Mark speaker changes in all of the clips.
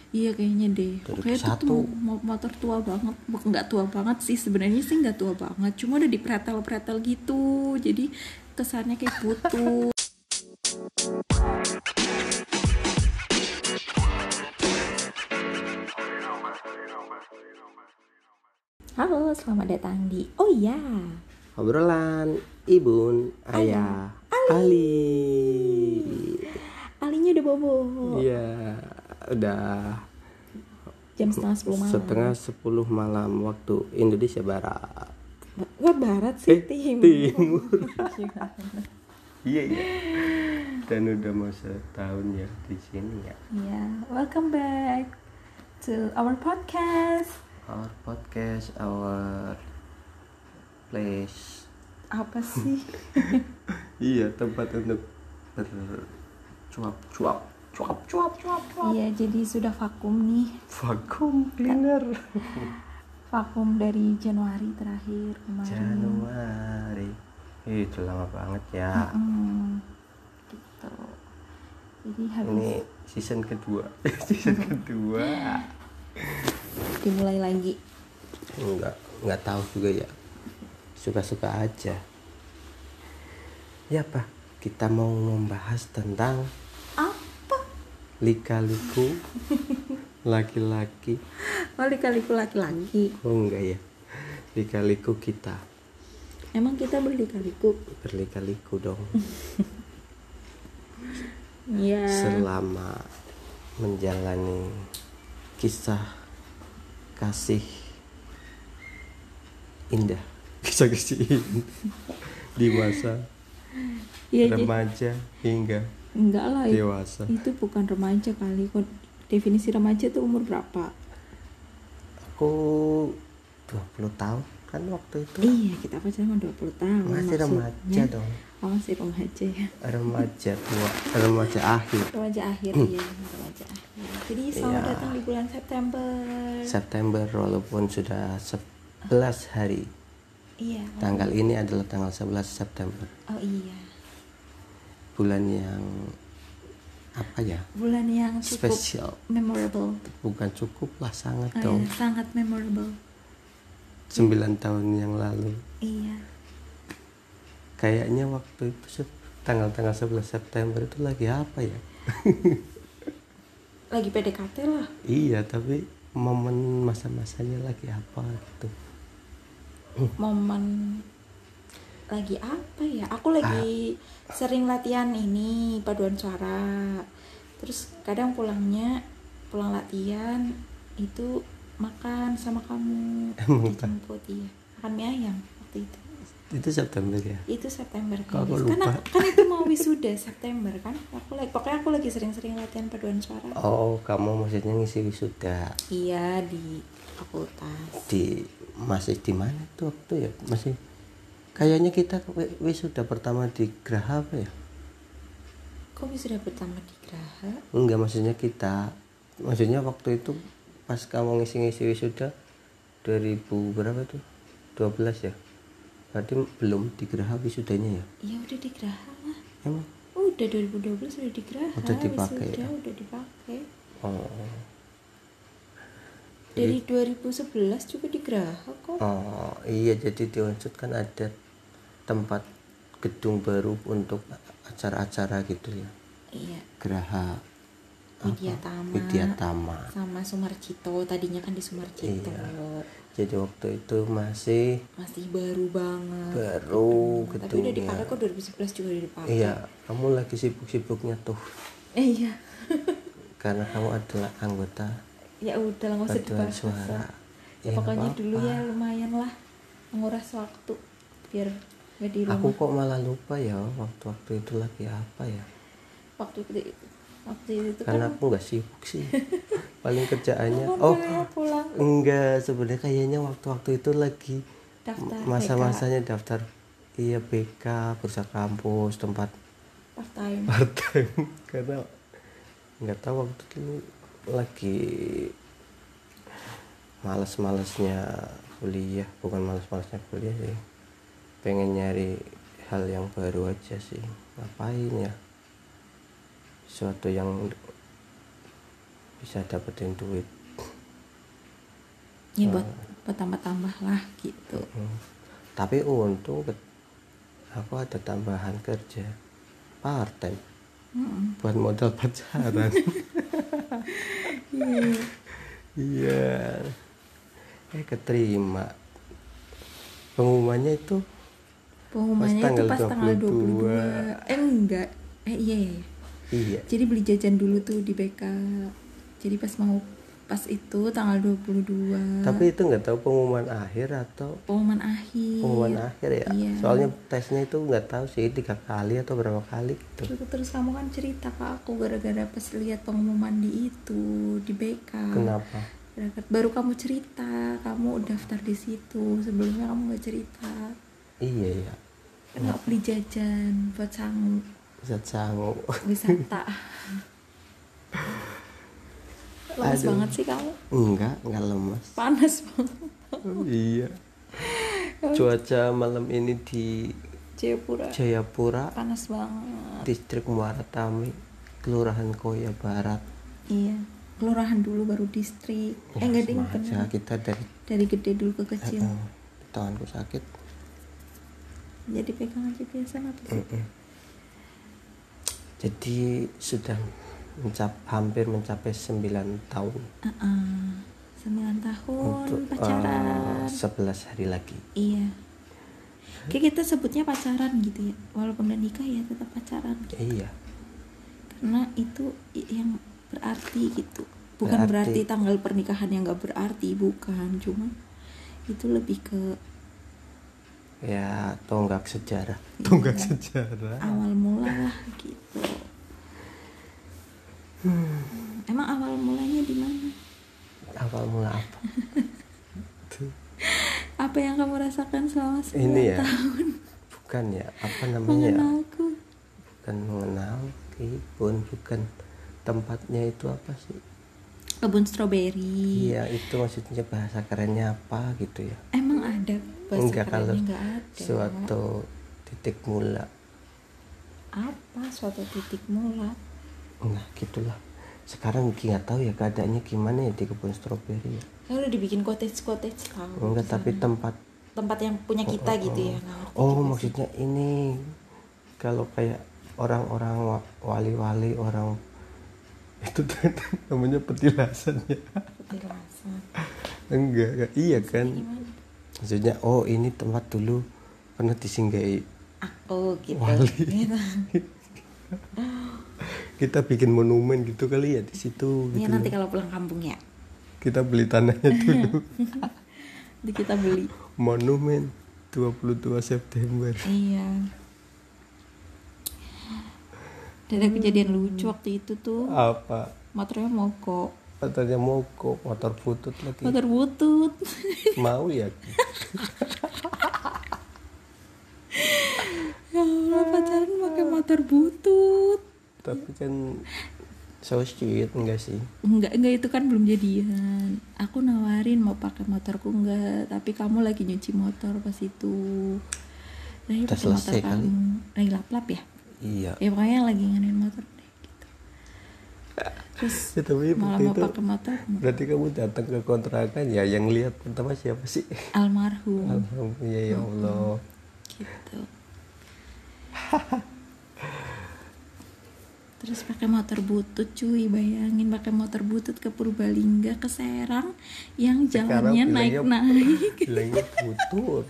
Speaker 1: Iya kayaknya deh. Kayak itu tuh motor tua banget. Bukan nggak tua banget sih sebenarnya sih, nggak tua banget. Cuma udah dipretel-pretel gitu. Jadi kesannya kayak butuh. Halo, selamat datang di Oh iya.
Speaker 2: Obrolan Ibun Ayah Ali.
Speaker 1: Alinya udah bobo.
Speaker 2: Iya, udah
Speaker 1: Jam setengah 10 malam.
Speaker 2: waktu Indonesia Barat.
Speaker 1: Wah, barat sih,
Speaker 2: Timur. Iya. Dan udah mau setahun ya di sini ya.
Speaker 1: Iya, welcome back to our podcast.
Speaker 2: Our podcast, our place.
Speaker 1: Apa sih?
Speaker 2: Iya, tempat untuk bercuap-cuap.
Speaker 1: Iya, jadi sudah vakum nih.
Speaker 2: Vakum cleaner.
Speaker 1: Vakum dari Januari terakhir kemarin.
Speaker 2: Januari. Itu lama banget ya.
Speaker 1: Gitu. Jadi habis
Speaker 2: Ini season kedua. Season kedua.
Speaker 1: dimulai lagi.
Speaker 2: Enggak tahu juga ya. Suka-suka aja. Ya Pak, kita mau membahas tentang
Speaker 1: Apa?
Speaker 2: lika-liku laki-laki.
Speaker 1: Oh, lika-liku laki-laki.
Speaker 2: Oh enggak ya. Lika-liku kita.
Speaker 1: Emang kita berlika-liku?
Speaker 2: Berlika-liku dong.
Speaker 1: Iya.
Speaker 2: Selama menjalani kisah kasih indah, kisah indah di masa remaja hingga
Speaker 1: enggak lah,
Speaker 2: dewasa.
Speaker 1: itu bukan remaja kali. Definisi remaja tuh umur berapa?
Speaker 2: Aku 20 tahun kan waktu itu.
Speaker 1: Iya, kita pacaran 20 tahun.
Speaker 2: Masih remaja dong.
Speaker 1: Oh, masih remaja ya.
Speaker 2: Remaja tua, remaja akhir.
Speaker 1: Remaja akhir ya, remaja akhir. Jadi selamat datang di bulan
Speaker 2: September walaupun sudah 11 hari.
Speaker 1: Iya.
Speaker 2: Tanggal ini adalah tanggal 11 September.
Speaker 1: Oh iya.
Speaker 2: Bulan yang apa ya?
Speaker 1: Bulan yang cukup
Speaker 2: spesial.
Speaker 1: Memorable.
Speaker 2: Bukan cukup lah, sangat
Speaker 1: Oh,
Speaker 2: dong.
Speaker 1: iya, sangat memorable.
Speaker 2: 9 tahun yang lalu.
Speaker 1: Iya.
Speaker 2: Kayaknya waktu itu tanggal 11 September itu lagi apa ya?
Speaker 1: Lagi PDKT lah.
Speaker 2: Iya, tapi momen masa-masanya lagi apa gitu.
Speaker 1: Momen lagi apa ya? Aku lagi sering latihan ini paduan suara. Terus kadang pulang latihan itu makan sama kamu. Dijemput, iya. Makan mie ayam waktu itu.
Speaker 2: Itu September ya?
Speaker 1: Itu September
Speaker 2: Kok aku
Speaker 1: kayaknya.
Speaker 2: lupa?
Speaker 1: Kan itu mau wisuda September kan. Pokoknya aku lagi sering-sering latihan paduan suara.
Speaker 2: Oh, kamu maksudnya ngisi wisuda?
Speaker 1: Iya, di fakultas.
Speaker 2: Masih di mana tuh waktu ya? Masih kayaknya kita wisuda pertama di Graha apa ya?
Speaker 1: Kok wisuda pertama di Graha?
Speaker 2: Enggak, maksudnya waktu itu pas kamu ngisi wisuda 2000 berapa tuh? 12 ya? Berarti belum di Graha wisudanya ya?
Speaker 1: Iya, udah di Graha lah.
Speaker 2: Emang?
Speaker 1: Udah 2012 udah di Graha.
Speaker 2: Udah dipakai
Speaker 1: wisuda,
Speaker 2: ya?
Speaker 1: udah dipakai.
Speaker 2: Oh.
Speaker 1: Dari 2011 juga di Graha kok.
Speaker 2: Oh iya, jadi di Unsud kan ada tempat gedung baru untuk acara-acara gitu ya.
Speaker 1: Iya.
Speaker 2: Graha Widyatama
Speaker 1: sama Sumarcito, tadinya kan di Sumarcito.
Speaker 2: Iya. Jadi waktu itu masih
Speaker 1: baru banget.
Speaker 2: Baru gedungnya.
Speaker 1: Tapi udah dipakai kok, 2011 juga udah dipakai.
Speaker 2: Iya, kamu lagi sibuk-sibuknya tuh.
Speaker 1: Iya.
Speaker 2: Karena kamu adalah anggota.
Speaker 1: Ya udah, nggak usah dibahas.
Speaker 2: Suara.
Speaker 1: Ya, pokoknya dulu ya lumayan lah menguras waktu biar nggak di rumah.
Speaker 2: Aku kok malah lupa ya waktu itu lagi apa ya?
Speaker 1: Waktu itu
Speaker 2: karena
Speaker 1: kan
Speaker 2: aku nggak sibuk sih. Paling kerjaannya
Speaker 1: pulang.
Speaker 2: Enggak, sebenarnya kayaknya waktu itu lagi
Speaker 1: Daftar
Speaker 2: masa-masanya BK. Daftar BK, bursa kampus, tempat part time. Karena nggak tahu waktu itu lagi malas-malasnya kuliah, bukan malas-malasnya kuliah sih, pengen nyari hal yang baru aja sih. Ngapain ya, sesuatu yang bisa dapetin duit.
Speaker 1: Ya buat tambah-tambah lah gitu.
Speaker 2: Tapi untung aku ada tambahan kerja part time buat modal pacaran. Iya. Keterima. Pengumumannya itu
Speaker 1: Pengumumannya itu pas tanggal 22. Enggak. Iya.
Speaker 2: Iya.
Speaker 1: Jadi beli jajan dulu tuh di BK. Jadi pas itu tanggal 22.
Speaker 2: Tapi itu nggak tahu pengumuman akhir atau
Speaker 1: pengumuman akhir
Speaker 2: ya.
Speaker 1: Iya.
Speaker 2: Soalnya tesnya itu nggak tahu sih 3 kali atau berapa kali gitu.
Speaker 1: Terus kamu kan cerita ke aku gara-gara pas lihat pengumuman di BK.
Speaker 2: Kenapa?
Speaker 1: Baru kamu cerita kamu daftar di situ, sebelumnya kamu nggak cerita.
Speaker 2: Iya ya.
Speaker 1: Nggak beli jajan buat sangu. Wisata. Lemas banget sih kamu.
Speaker 2: Enggak lemas.
Speaker 1: Panas banget.
Speaker 2: Iya. Cuaca malam ini di Jayapura
Speaker 1: panas banget.
Speaker 2: Distrik Muara Tami, Kelurahan Koya Barat.
Speaker 1: Iya, kelurahan dulu baru distrik. Enggak ding,
Speaker 2: benar. Kita
Speaker 1: dari gede dulu ke kecil.
Speaker 2: Tanganku sakit.
Speaker 1: Jadi pegang aja biasa apa sih?
Speaker 2: Jadi sudah hampir mencapai 9 tahun.
Speaker 1: 9 tahun
Speaker 2: untuk,
Speaker 1: pacaran.
Speaker 2: 11 hari lagi.
Speaker 1: Iya. Kayak kita sebutnya pacaran gitu ya. Walaupun udah nikah ya tetap pacaran. Gitu.
Speaker 2: Iya.
Speaker 1: Karena itu yang berarti gitu. Bukan berarti tanggal pernikahan yang gak berarti, bukan. Cuma itu lebih ke
Speaker 2: ya tonggak sejarah.
Speaker 1: Awal mula lah gitu. Emang awal mulanya di mana?
Speaker 2: Awal mula apa?
Speaker 1: Apa yang kamu rasakan selama 9 tahun?
Speaker 2: Bukan ya, apa namanya?
Speaker 1: Mengenalku.
Speaker 2: Bukan mengenal, bukan tempatnya itu apa sih?
Speaker 1: Kebun stroberi.
Speaker 2: Iya, itu maksudnya bahasa kerennya apa gitu ya?
Speaker 1: Emang ada bahasa
Speaker 2: enggak,
Speaker 1: kerennya?
Speaker 2: kalau
Speaker 1: enggak ada.
Speaker 2: Suatu titik mula.
Speaker 1: Apa suatu titik mula?
Speaker 2: Nah, gitulah. Sekarang nggak tahu ya keadaannya gimana ya di kebun stroberi ya.
Speaker 1: Udah dibikin cottage tahu.
Speaker 2: Enggak, tapi tempat
Speaker 1: yang punya kita gitu ya.
Speaker 2: Maksudnya ini kalau kayak orang-orang wali-wali orang itu namanya petilasan ya.
Speaker 1: Petilasan.
Speaker 2: Enggak, iya kan. Maksudnya ini tempat dulu pernah disinggahi
Speaker 1: aku gitu.
Speaker 2: Wali. Gitu. Kita bikin monumen gitu kali ya di situ.
Speaker 1: Iya,
Speaker 2: gitu.
Speaker 1: nanti kalau pulang kampung ya.
Speaker 2: Kita beli tanahnya dulu.
Speaker 1: Nanti kita beli.
Speaker 2: Monumen 22 September.
Speaker 1: Iya. Ada kejadian lucu waktu itu tuh.
Speaker 2: Apa?
Speaker 1: Motornya mogok.
Speaker 2: Motor butut lagi.
Speaker 1: Motor butut.
Speaker 2: Mau ya?
Speaker 1: Ya Allah, pacaran pakai motor butut.
Speaker 2: Tapi kan so sweet, enggak sih?
Speaker 1: Enggak itu kan belum jadian. Aku nawarin mau pakai motorku enggak, tapi kamu lagi nyuci motor pas itu. Lagi pakai motor kamu. Lagi lap-lap ya?
Speaker 2: Iya.
Speaker 1: Ya pokoknya lagi nganin motor deh gitu. Terus
Speaker 2: ya, tapi
Speaker 1: malah mau pakai motor.
Speaker 2: Berarti kamu datang ke kontrakan ya, yang lihat pertama siapa sih?
Speaker 1: Almarhum.
Speaker 2: Ya Allah.
Speaker 1: Gitu. Terus pakai motor butut, cuy, bayangin pakai motor butut ke Purbalingga, ke Serang yang jalannya naik-naik.
Speaker 2: Bilangnya butut.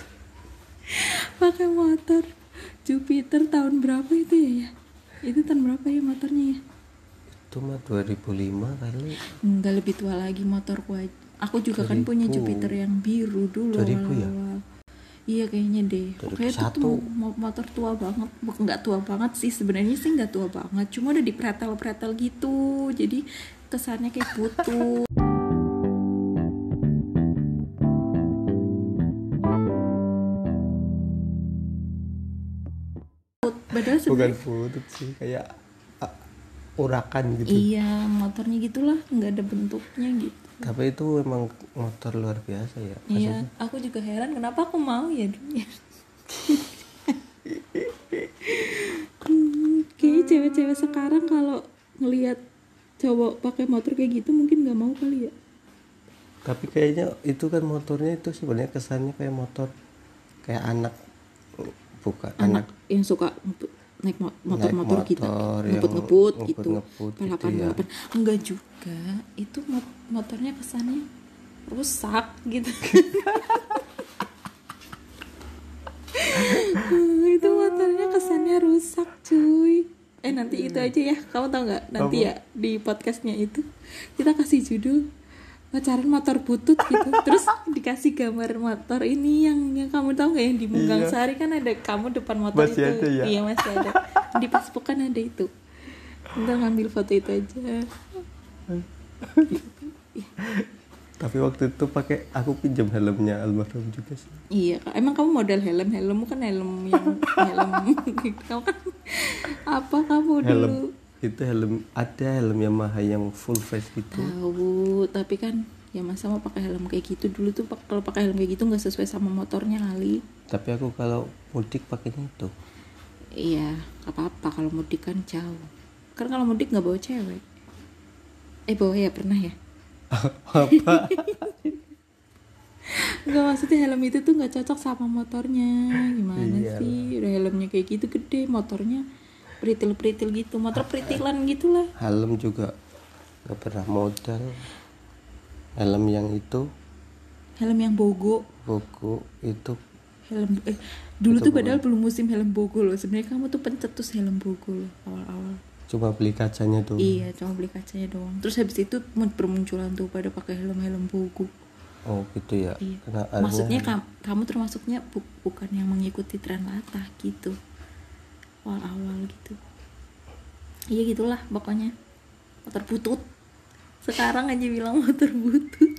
Speaker 1: Pakai motor Jupiter tahun berapa itu ya? Itu tahun berapa ya motornya ya?
Speaker 2: Itu mah 2005 kali.
Speaker 1: Enggak, lebih tua lagi motorku. Aku juga 2000. Kan punya Jupiter yang biru dulu.
Speaker 2: 2000 ya?
Speaker 1: Iya kayaknya deh. Kayak itu tuh motor tua banget. Nggak tua banget sih sebenarnya sih, nggak tua banget. Cuma udah dipretel-pretel gitu. Jadi kesannya kayak butut. Padahal
Speaker 2: bukan butut sih, kayak urakan gitu.
Speaker 1: Iya, motornya gitulah, nggak ada bentuknya gitu.
Speaker 2: Tapi itu emang motor luar biasa ya.
Speaker 1: Iya, aku juga heran kenapa aku mau ya dunia. Kayaknya cewek-cewek sekarang kalau ngelihat cowok pakai motor kayak gitu mungkin nggak mau kali ya.
Speaker 2: Tapi kayaknya itu kan motornya itu sebenarnya kesannya kayak motor kayak anak, bukan
Speaker 1: Anak yang suka naik motor-motor gitu,
Speaker 2: yang
Speaker 1: ngebut-ngebut gitu,
Speaker 2: ngebut-ngebut gitu
Speaker 1: balapan-balapan. Enggak juga, itu motornya kesannya rusak gitu. Itu motornya kesannya rusak cuy. Nanti itu aja ya, kamu tahu nggak? Nanti
Speaker 2: apa?
Speaker 1: Ya di podcastnya itu kita kasih judul pacaran motor butut gitu. Terus dikasih gambar motor ini yang kamu tahu nggak, yang di Munggang
Speaker 2: Iya.
Speaker 1: Sari kan ada kamu depan motor
Speaker 2: Masih
Speaker 1: itu.
Speaker 2: ada ya?
Speaker 1: Iya masih ada. Di Facebook kan ada itu. Kita ngambil foto itu aja.
Speaker 2: Tapi waktu itu aku pinjam helmnya almarhum juga sih.
Speaker 1: Iya, emang kamu model helmmu kan helm yang helm kamu kan apa kamu dulu?
Speaker 2: Itu ada helm Yamaha yang full face gitu.
Speaker 1: Tahu, tapi kan ya masa mau pakai helm kayak gitu. Dulu tuh kalau pakai helm kayak gitu nggak sesuai sama motornya kali.
Speaker 2: Tapi aku kalau mudik pakainya itu.
Speaker 1: Iya, nggak apa-apa kalau mudik kan jauh. Kan kalau mudik nggak bawa cewek. Bawa ya, pernah ya?
Speaker 2: Apa?
Speaker 1: Nggak, maksudnya helm itu tuh nggak cocok sama motornya. Gimana
Speaker 2: Iyalah.
Speaker 1: sih? Udah helmnya kayak gitu gede, motornya peritil-peritil gitu, motor peritilan gitulah.
Speaker 2: Helm juga gak pernah modal. Helm yang itu
Speaker 1: Helm yang bogo.
Speaker 2: buku itu
Speaker 1: Helm dulu
Speaker 2: Itu
Speaker 1: tuh padahal belum musim helm bogo loh. Sebenarnya kamu tuh pencetus helm bogo loh awal-awal.
Speaker 2: cuma beli kacanya tuh.
Speaker 1: Iya, cuma beli kacanya doang. Terus habis itu bermunculan tuh pada pakai helm-helm bogo.
Speaker 2: Oh gitu ya.
Speaker 1: Iya.
Speaker 2: Karena
Speaker 1: Maksudnya kamu termasuknya bukan yang mengikuti tren latah gitu. Awal-awal gitu. Iya gitulah pokoknya. Motor butut. Sekarang aja bilang motor butut.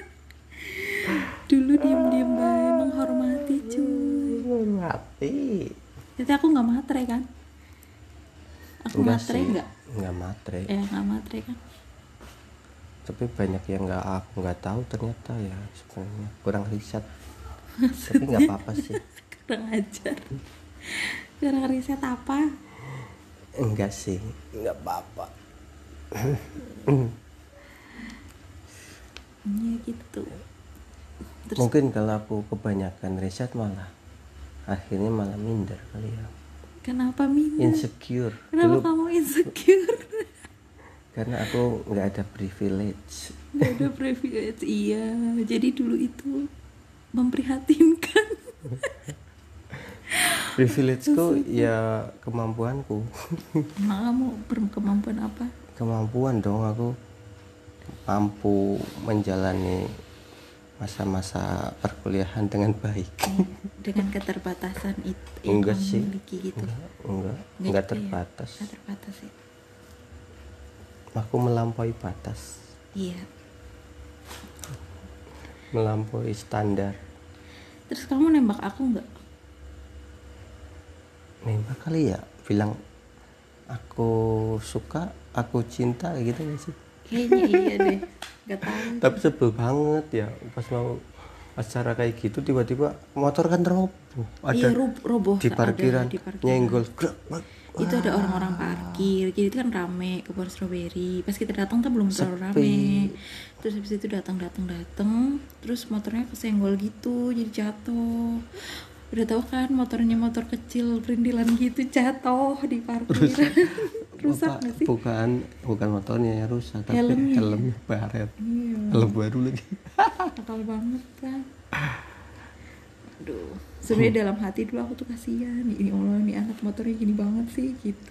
Speaker 1: Dulu diem-diem bae menghormati cuy.
Speaker 2: mati.
Speaker 1: Jadi aku nggak matre kan? Aku matre nggak?
Speaker 2: Enggak matre.
Speaker 1: Nggak matre kan?
Speaker 2: Tapi banyak yang aku nggak tahu ternyata ya, sebenarnya kurang riset. Tapi nggak apa-apa sih.
Speaker 1: Kurang ajar. Kurang riset apa?
Speaker 2: Enggak sih, nggak apa-apa.
Speaker 1: Iya gitu. Terus
Speaker 2: Mungkin kalau aku kebanyakan riset malah akhirnya malah minder kali ya.
Speaker 1: kenapa minder?
Speaker 2: Insecure.
Speaker 1: Kenapa
Speaker 2: Dulu
Speaker 1: kamu insecure?
Speaker 2: karena aku nggak ada privilege.
Speaker 1: Gak ada privilege. Iya, jadi dulu itu memprihatinkan.
Speaker 2: Privilegeku ya kemampuanku.
Speaker 1: Emang kamu berkemampuan apa?
Speaker 2: Kemampuan dong, aku mampu menjalani masa-masa perkuliahan dengan baik.
Speaker 1: Dengan keterbatasan itu yang
Speaker 2: Enggak
Speaker 1: kamu
Speaker 2: sih.
Speaker 1: miliki gitu.
Speaker 2: Enggak
Speaker 1: gitu ya?
Speaker 2: terbatas.
Speaker 1: Nggak terbatas ya.
Speaker 2: Aku melampaui batas,
Speaker 1: Iya.
Speaker 2: melampaui standar.
Speaker 1: Terus kamu nembak aku nggak?
Speaker 2: Nembak kali ya, bilang aku suka, aku cinta gitu gak sih?
Speaker 1: Kayaknya iya deh. Gak tahu.
Speaker 2: Tapi sebel banget ya pas mau acara kayak gitu tiba-tiba motor kan roboh.
Speaker 1: Iya,
Speaker 2: Ada
Speaker 1: roboh
Speaker 2: di parkiran,
Speaker 1: ada di parkiran.
Speaker 2: nyenggol. Grak.
Speaker 1: Itu ada orang-orang parkir, jadi itu kan rame kebun strawberry. Pas kita datang tuh belum terlalu
Speaker 2: Sepi.
Speaker 1: rame. Terus habis itu datang, terus motornya kesenggol gitu, jadi jatuh. Udah tahu kan motornya motor kecil perindilan gitu, jatuh di parkiran. Rusak nggak sih?
Speaker 2: Bukan motornya yang rusak, tapi
Speaker 1: Helmnya.
Speaker 2: helmnya baret.
Speaker 1: Iya,
Speaker 2: Helm baru lagi.
Speaker 1: nakal banget kan. Aduh, sebenarnya dalam hati dulu aku tuh kasihan. Ini Allah, ini anak motornya gini banget sih gitu.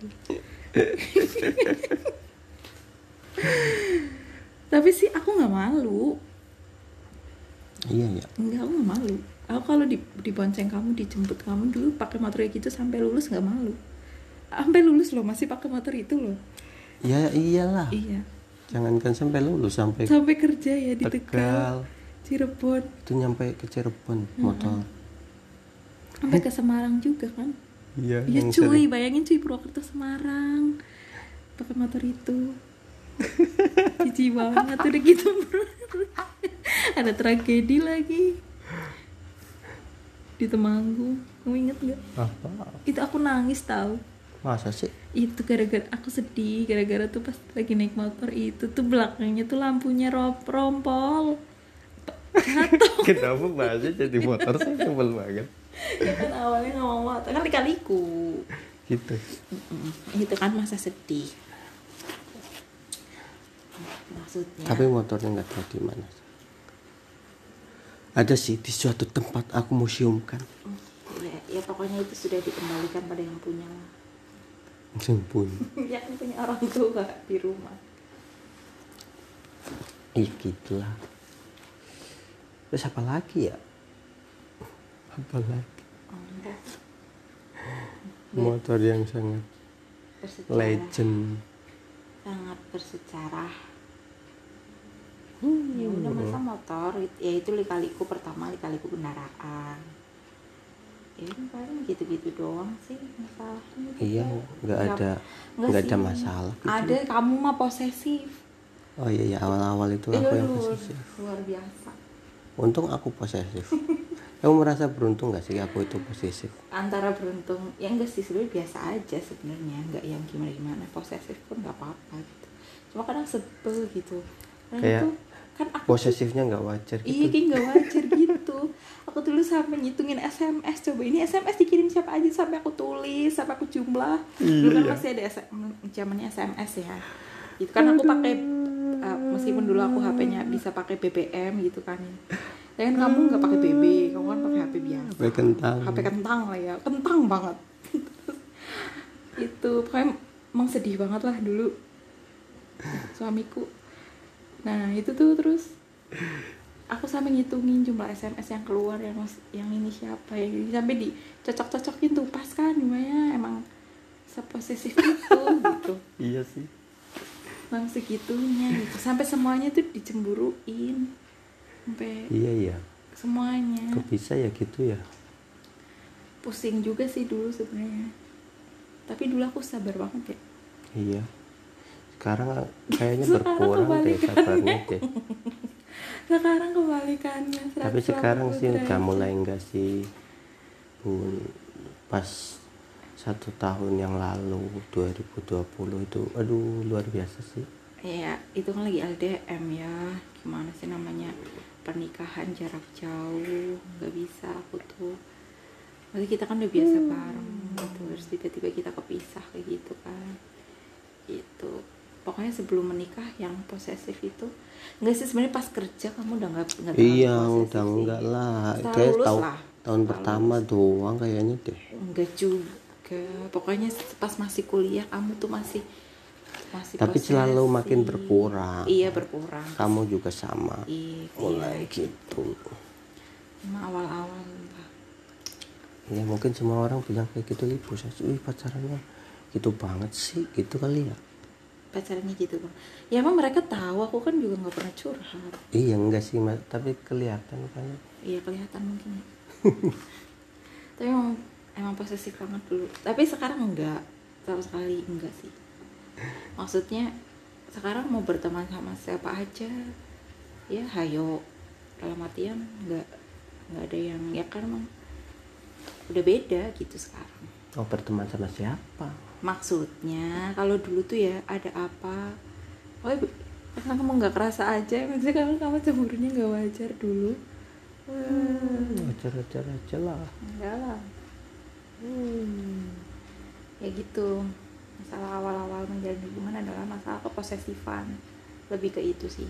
Speaker 1: Tapi sih aku nggak malu.
Speaker 2: Iya ya.
Speaker 1: Enggak, aku nggak malu. Aku kalau dibonceng kamu, dijemput kamu dulu pakai motor kayak gitu sampai lulus nggak malu. Sampai lulus loh masih pakai motor itu loh.
Speaker 2: Ya iyalah.
Speaker 1: Iya.
Speaker 2: Jangankan sampai lulus, sampai
Speaker 1: Sampai kerja ya di Tegal,
Speaker 2: Tegal.
Speaker 1: Cirebon,
Speaker 2: Itu nyampe ke Cirebon motor.
Speaker 1: sampai ke Semarang juga kan.
Speaker 2: Iya.
Speaker 1: Iya
Speaker 2: yang
Speaker 1: cuy,
Speaker 2: sering-
Speaker 1: bayangin cuy, Purwokerto Semarang pakai motor itu. Cici banget udah gitu bro. Ada tragedi lagi di Temanggung. Kamu inget gak?
Speaker 2: Apa?
Speaker 1: Itu aku nangis tahu.
Speaker 2: Masa sih?
Speaker 1: Itu gara-gara aku sedih, gara-gara tuh pas lagi naik motor itu tuh belakangnya tuh lampunya rompol jatuh.
Speaker 2: Kenapa bahasnya jadi motor sih, simpel banget
Speaker 1: Ya kan awalnya nggak mau motor kan lika-liku
Speaker 2: gitu.
Speaker 1: itu kan masa sedih maksudnya.
Speaker 2: Tapi motornya nggak tahu di mana. Ada sih di suatu tempat aku museumkan.
Speaker 1: Ya pokoknya itu sudah dikembalikan pada yang punya.
Speaker 2: Sempun.
Speaker 1: Yang punya orang tua di rumah.
Speaker 2: Iya gitulah. Terus apa lagi ya? Apa lagi?
Speaker 1: Enggak.
Speaker 2: Motor yang sangat
Speaker 1: Bersejarah.
Speaker 2: legend.
Speaker 1: Sangat bersejarah. Ya udah masa motor ya itu lika-liku pertama, lika-liku kendaraan. Ya paling gitu-gitu doang sih masalahnya.
Speaker 2: Iya, nggak ada
Speaker 1: sih.
Speaker 2: masalah gitu.
Speaker 1: Ada, kamu mah posesif.
Speaker 2: Oh iya, awal-awal itu aku yang posesif.
Speaker 1: Luar biasa.
Speaker 2: Untung aku posesif. Kamu merasa beruntung gak sih aku itu posesif?
Speaker 1: Antara beruntung, ya enggak sih, sebenarnya biasa aja sebenarnya, enggak yang gimana-gimana. Posesif pun nggak apa-apa gitu. Cuma kadang sebel gitu. Dan
Speaker 2: Kayak
Speaker 1: itu kan aku
Speaker 2: posesifnya nggak wajar gitu.
Speaker 1: iya kayak nggak wajar gitu. Aku dulu sampai ngitungin SMS, coba ini SMS dikirim siapa aja sampai aku tulis, sampai aku jumlah. Dulu kan masih ada zamannya SMS ya. Itu kan aku pakai meskipun dulu aku HP-nya bisa pakai BBM gitu kan. Ya kan kamu nggak pakai BB, kamu kan pakai HP biasa.
Speaker 2: HP kentang.
Speaker 1: HP kentang lah ya, kentang banget. Itu pokoknya emang sedih banget lah dulu suamiku. Nah itu tuh terus aku sampai ngitungin jumlah SMS yang keluar, yang ini siapa ya, sampai dicocok-cocokin tuh pas kan gimana emang seposesif itu gitu.
Speaker 2: Iya sih.
Speaker 1: Bang segitunya gitu, sampai semuanya tuh dicemburuin, sampai
Speaker 2: Iya.
Speaker 1: semuanya.
Speaker 2: Kok bisa ya gitu ya?
Speaker 1: Pusing juga sih dulu sebenarnya, tapi dulu aku sabar banget ya.
Speaker 2: Iya. Sekarang kayaknya berkurang deh sabarnya deh.
Speaker 1: Sekarang kebalikannya.
Speaker 2: Tapi sekarang sih udah
Speaker 1: 180
Speaker 2: mulai enggak sih, Bun. Pas 1 tahun yang lalu 2020 itu aduh luar biasa sih.
Speaker 1: Ya itu kan lagi LDM ya, gimana sih namanya, pernikahan jarak jauh, nggak bisa aku tuh. Berarti kita kan udah biasa bareng gitu, terus tiba-tiba kita kepisah kayak gitu kan. Itu pokoknya sebelum menikah yang posesif itu enggak sih, sebenarnya pas kerja kamu udah nggak
Speaker 2: Iya
Speaker 1: posesif
Speaker 2: udah
Speaker 1: sih.
Speaker 2: enggak lah,
Speaker 1: Setelah
Speaker 2: kayak
Speaker 1: lulus
Speaker 2: tahun
Speaker 1: lah.
Speaker 2: tahun pertama doang kayaknya deh.
Speaker 1: Enggak juga, pokoknya pas masih kuliah kamu tuh masih
Speaker 2: Tapi selalu makin berkurang.
Speaker 1: Iya berkurang.
Speaker 2: Kamu juga sama. Mulai
Speaker 1: iya.
Speaker 2: gitu.
Speaker 1: Cuma awal-awal entah.
Speaker 2: Ya mungkin semua orang bilang kayak gitu, ibu saya pacarannya gitu banget sih, gitu kali ya.
Speaker 1: Pacarnya gitu kan. Ya emang mereka tahu, aku kan juga nggak pernah curhat.
Speaker 2: Iya enggak sih mas, tapi kelihatan kan.
Speaker 1: Iya kelihatan mungkin ya. Tapi emang posesif banget dulu. Tapi sekarang enggak, sama sekali enggak sih. Maksudnya sekarang mau berteman sama siapa aja ya hayo, dalam artian nggak ada yang ya kan emang udah beda gitu sekarang.
Speaker 2: Oh berteman sama siapa?
Speaker 1: Maksudnya kalau dulu tuh ya ada apa, oh karena kamu nggak kerasa aja, maksudnya kamu cemburunya nggak wajar dulu.
Speaker 2: Wajar aja lah.
Speaker 1: Enggak lah. Ya gitu. Masalah awal-awal menjalin hubungan adalah masalah keposesifan, lebih ke itu sih.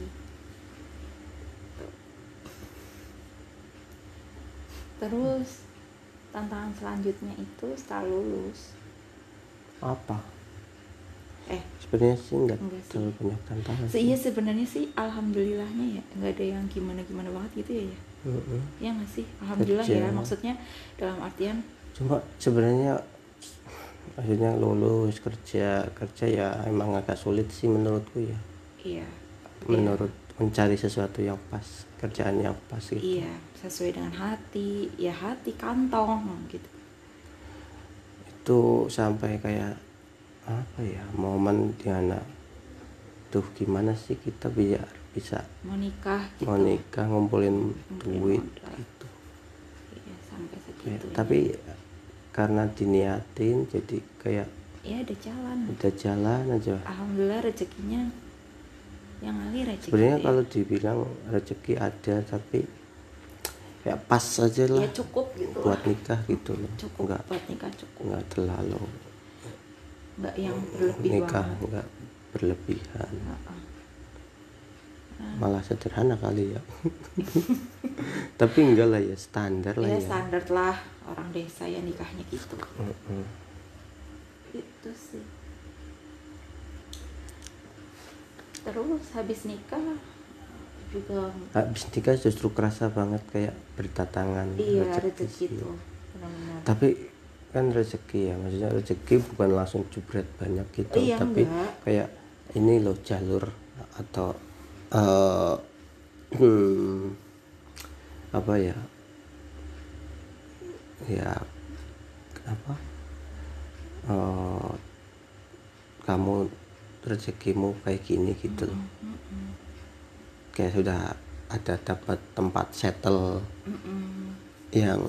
Speaker 1: Terus tantangan selanjutnya itu setelah lulus
Speaker 2: Apa?
Speaker 1: Sebenarnya
Speaker 2: sih enggak
Speaker 1: sih.
Speaker 2: terlalu banyak tantangan.
Speaker 1: Iya sebenarnya sih alhamdulillahnya ya nggak ada yang gimana banget gitu ya. Ya nggak sih, alhamdulillah
Speaker 2: Kerja.
Speaker 1: ya, maksudnya dalam artian
Speaker 2: Cuma sebenarnya akhirnya lulus kerja ya emang agak sulit sih menurutku ya.
Speaker 1: iya.
Speaker 2: Menurut mencari sesuatu yang pas, kerjaan yang pas gitu.
Speaker 1: Iya, sesuai dengan hati, ya hati kantong gitu.
Speaker 2: Itu sampai kayak apa ya, momen dimana tuh gimana sih kita biar bisa
Speaker 1: Mau nikah gitu.
Speaker 2: mau nikah ngumpulin duit
Speaker 1: modal.
Speaker 2: gitu.
Speaker 1: Iya, sampai
Speaker 2: Ya,
Speaker 1: segitu.
Speaker 2: tapi karena diniatin jadi kayak
Speaker 1: ya ada jalan.
Speaker 2: Udah jalan aja.
Speaker 1: Alhamdulillah rezekinya yang ngalir aja.
Speaker 2: Sebenarnya
Speaker 1: gitu
Speaker 2: kalau dibilang rezeki ada, tapi ya pas aja lah.
Speaker 1: Ya cukup gitu
Speaker 2: buat
Speaker 1: lah.
Speaker 2: nikah gitu loh.
Speaker 1: Cukup buat nikah cukup.
Speaker 2: Enggak terlalu.
Speaker 1: Enggak yang berlebih
Speaker 2: Nikah
Speaker 1: banget.
Speaker 2: enggak berlebihan.
Speaker 1: Heeh.
Speaker 2: Malah sederhana kali ya. Tapi enggak lah ya, standar lah
Speaker 1: Ya
Speaker 2: ya.
Speaker 1: standar lah orang desa ya nikahnya gitu. Itu sih. Terus habis nikah juga
Speaker 2: Habis nikah justru kerasa banget kayak berdatangan
Speaker 1: iya
Speaker 2: rezeki
Speaker 1: rezeki
Speaker 2: sih.
Speaker 1: itu benar-benar.
Speaker 2: Tapi kan rezeki ya, maksudnya rezeki bukan langsung jubret banyak gitu,
Speaker 1: Iya,
Speaker 2: tapi
Speaker 1: enggak.
Speaker 2: kayak ini loh jalur atau eh, hmm, apa ya apa eh, kamu rezekimu kayak gini gitu loh. Kayak sudah ada dapat tempat settle yang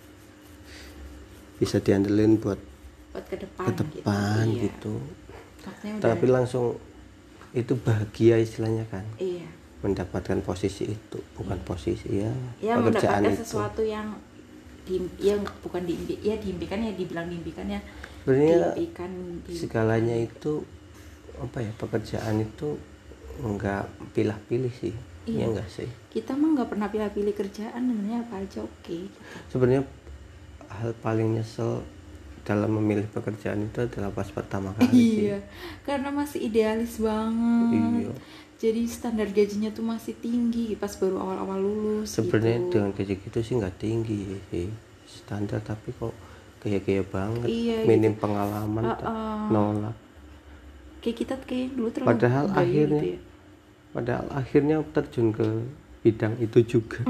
Speaker 2: bisa diandelin buat
Speaker 1: Buat ke
Speaker 2: ke depan
Speaker 1: gitu. Iya.
Speaker 2: gitu.
Speaker 1: Maksudnya udah,
Speaker 2: Tapi langsung itu bahagia istilahnya kan,
Speaker 1: iya.
Speaker 2: mendapatkan posisi itu, bukan posisi ya,
Speaker 1: Ya
Speaker 2: pekerjaan
Speaker 1: mendapatkan
Speaker 2: itu.
Speaker 1: sesuatu yang yang bukan diimpikan ya, dibilang diimpikan ya.
Speaker 2: Sebenarnya
Speaker 1: Diimpikan
Speaker 2: segalanya itu apa ya, pekerjaan itu enggak pilih-pilih sih.
Speaker 1: Iya.
Speaker 2: Ya enggak sih.
Speaker 1: Kita mah nggak pernah pilih-pilih kerjaan, sebenarnya apa aja oke.
Speaker 2: Sebenarnya hal paling nyesel dalam memilih pekerjaan itu adalah pas pertama kali sih.
Speaker 1: Iya, karena masih idealis banget.
Speaker 2: Iya.
Speaker 1: Jadi standar gajinya tuh masih tinggi pas baru awal-awal lulus.
Speaker 2: Sebenarnya
Speaker 1: gitu.
Speaker 2: dengan gaji gitu sih nggak tinggi sih, standar, tapi kok gaya-gaya banget.
Speaker 1: Iya,
Speaker 2: Minim
Speaker 1: gitu.
Speaker 2: pengalaman nolak.
Speaker 1: Kayak kita kayak dulu terlalu
Speaker 2: Padahal
Speaker 1: gaya
Speaker 2: akhirnya
Speaker 1: gitu ya.
Speaker 2: Padahal akhirnya terjun ke bidang itu juga.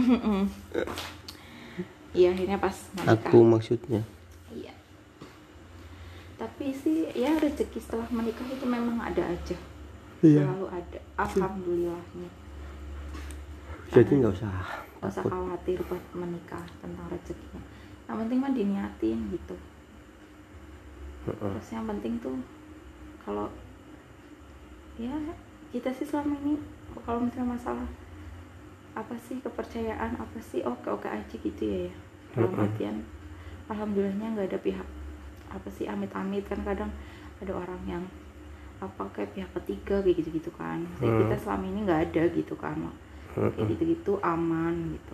Speaker 1: Iya, akhirnya pas menikah.
Speaker 2: Aku maksudnya.
Speaker 1: Iya. Tapi sih ya rezeki setelah menikah itu memang ada aja.
Speaker 2: Iya.
Speaker 1: Selalu ada. Alhamdulillahnya.
Speaker 2: Jadi nggak usah
Speaker 1: Khawatir buat menikah tentang rezekinya. Yang penting mah diniatin gitu. Terus yang penting tuh kalau ya kita sih selama ini kalau misalnya masalah apa sih kepercayaan apa sih oke aja gitu ya. Dalam artian alhamdulillahnya nggak ada pihak apa sih amit-amit, kan kadang ada orang yang apa kayak pihak ketiga kayak gitu kan. Jadi kita selama ini nggak ada gitu kan, kayak gitu aman gitu.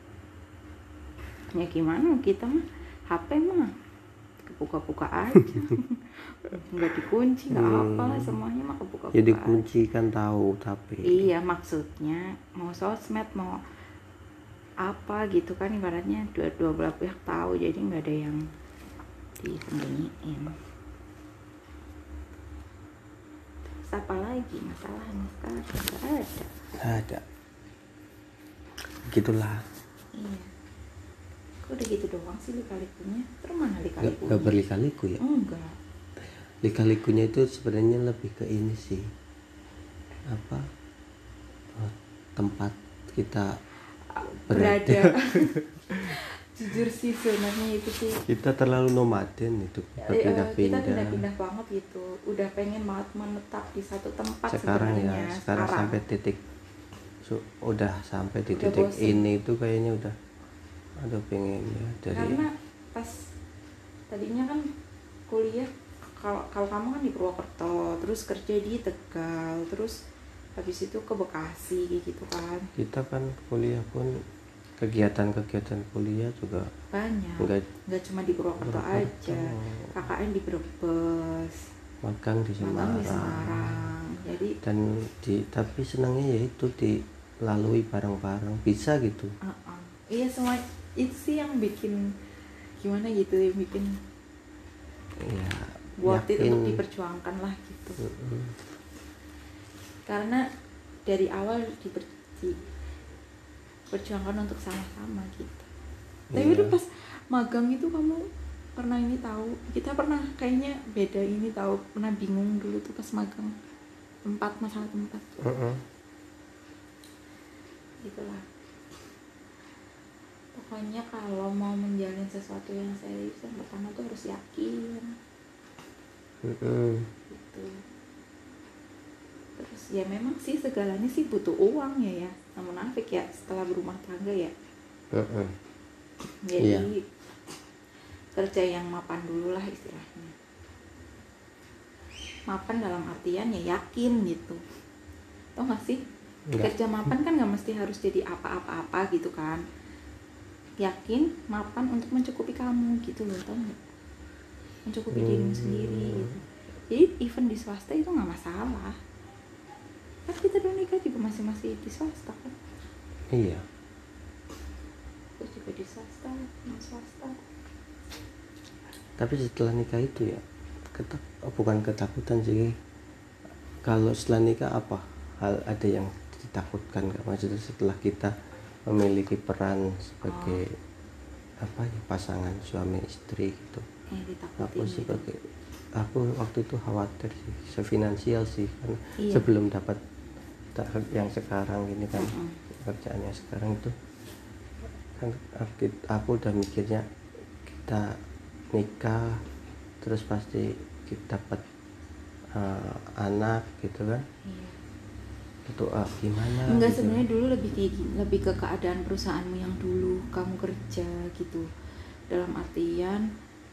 Speaker 1: Ya gimana, kita mah HP mah kebuka-buka aja. Nggak dikunci nggak apa, semuanya mah kebuka-buka
Speaker 2: ya dikunci kan tahu, tapi
Speaker 1: iya maksudnya mau sosmed mau apa gitu kan, ibaratnya dua belah pihak tahu, jadi nggak ada yang disembunyiin. Terus apa lagi masalahnya sekarang? Nggak ada.
Speaker 2: Gitulah.
Speaker 1: Iya, kok udah gitu doang sih lika-likunya. Terus mana
Speaker 2: Nggak
Speaker 1: lika-likunya?
Speaker 2: berlika-liku ya.
Speaker 1: Enggak.
Speaker 2: Lika-likunya itu sebenarnya lebih ke ini sih, apa, tempat kita
Speaker 1: berada. Jujur sih sebenarnya itu sih
Speaker 2: kita terlalu nomaden itu,
Speaker 1: kita
Speaker 2: berpindah-pindah.
Speaker 1: pindah-pindah banget gitu, udah pengen banget menetap di satu tempat
Speaker 2: Sekarang
Speaker 1: sebenarnya.
Speaker 2: ya, sekarang sampai titik udah sampai di
Speaker 1: Udah
Speaker 2: titik
Speaker 1: bosen.
Speaker 2: ini itu kayaknya udah ada pengen ya dari
Speaker 1: Karena pas tadinya kan kuliah, kalau kamu kan di Purwokerto, terus kerja di Tegal, terus habis itu ke Bekasi gitu kan.
Speaker 2: kita kan kuliah pun kegiatan kuliah juga
Speaker 1: Banyak, nggak cuma di Purwokerto aja, KKN di Brebes,
Speaker 2: magang di
Speaker 1: magang di
Speaker 2: Semarang.
Speaker 1: Semarang. Jadi
Speaker 2: Tapi senangnya ya itu dilalui bareng-bareng, bisa gitu.
Speaker 1: iya, semua itu sih yang bikin gimana gitu, yang bikin
Speaker 2: Ya,
Speaker 1: worth it
Speaker 2: yakin.
Speaker 1: untuk diperjuangkan lah gitu. Karena dari awal diperjuangkan untuk sama-sama gitu. Tapi
Speaker 2: Iya.
Speaker 1: udah pas magang itu kamu pernah ini tahu, kita pernah kayaknya beda ini tahu, pernah bingung dulu tuh pas magang masalah tempat gitulah. Pokoknya kalau mau menjalin sesuatu yang serius, yang pertama tuh harus yakin. gitu. Terus ya memang sih segalanya sih butuh uang ya, namun munafik ya setelah berumah tangga ya. Jadi
Speaker 2: Iya.
Speaker 1: kerja yang mapan dulu lah istilahnya. Mapan dalam artian ya yakin gitu. Tau gak sih?
Speaker 2: Enggak.
Speaker 1: Kerja mapan kan gak mesti harus jadi apa-apa-apa gitu kan. Yakin, mapan untuk mencukupi kamu gitu loh, tau gak? Mencukupi dirimu sendiri gitu. Jadi even di swasta itu gak masalah. Kan kita dulu nikah juga masih di swasta kan.
Speaker 2: Iya.
Speaker 1: Terus juga di swasta, non swasta.
Speaker 2: Tapi setelah nikah itu ya bukan ketakutan sih, kalau setelah nikah apa hal ada yang ditakutkan nggak, maksudnya setelah kita memiliki peran sebagai apa ya, pasangan suami istri gitu. Aku sebagai aku waktu itu khawatir sih sefinansial sih kan.
Speaker 1: Iya.
Speaker 2: Sebelum dapat yang sekarang ini kan, kerjaan yang sekarang itu kan aku udah mikirnya kita nikah terus pasti kita dapat anak gitu kan.
Speaker 1: Iya.
Speaker 2: Itu gimana
Speaker 1: Enggak
Speaker 2: gitu.
Speaker 1: sebenarnya dulu lebih ke keadaan perusahaanmu yang dulu kamu kerja gitu, dalam artian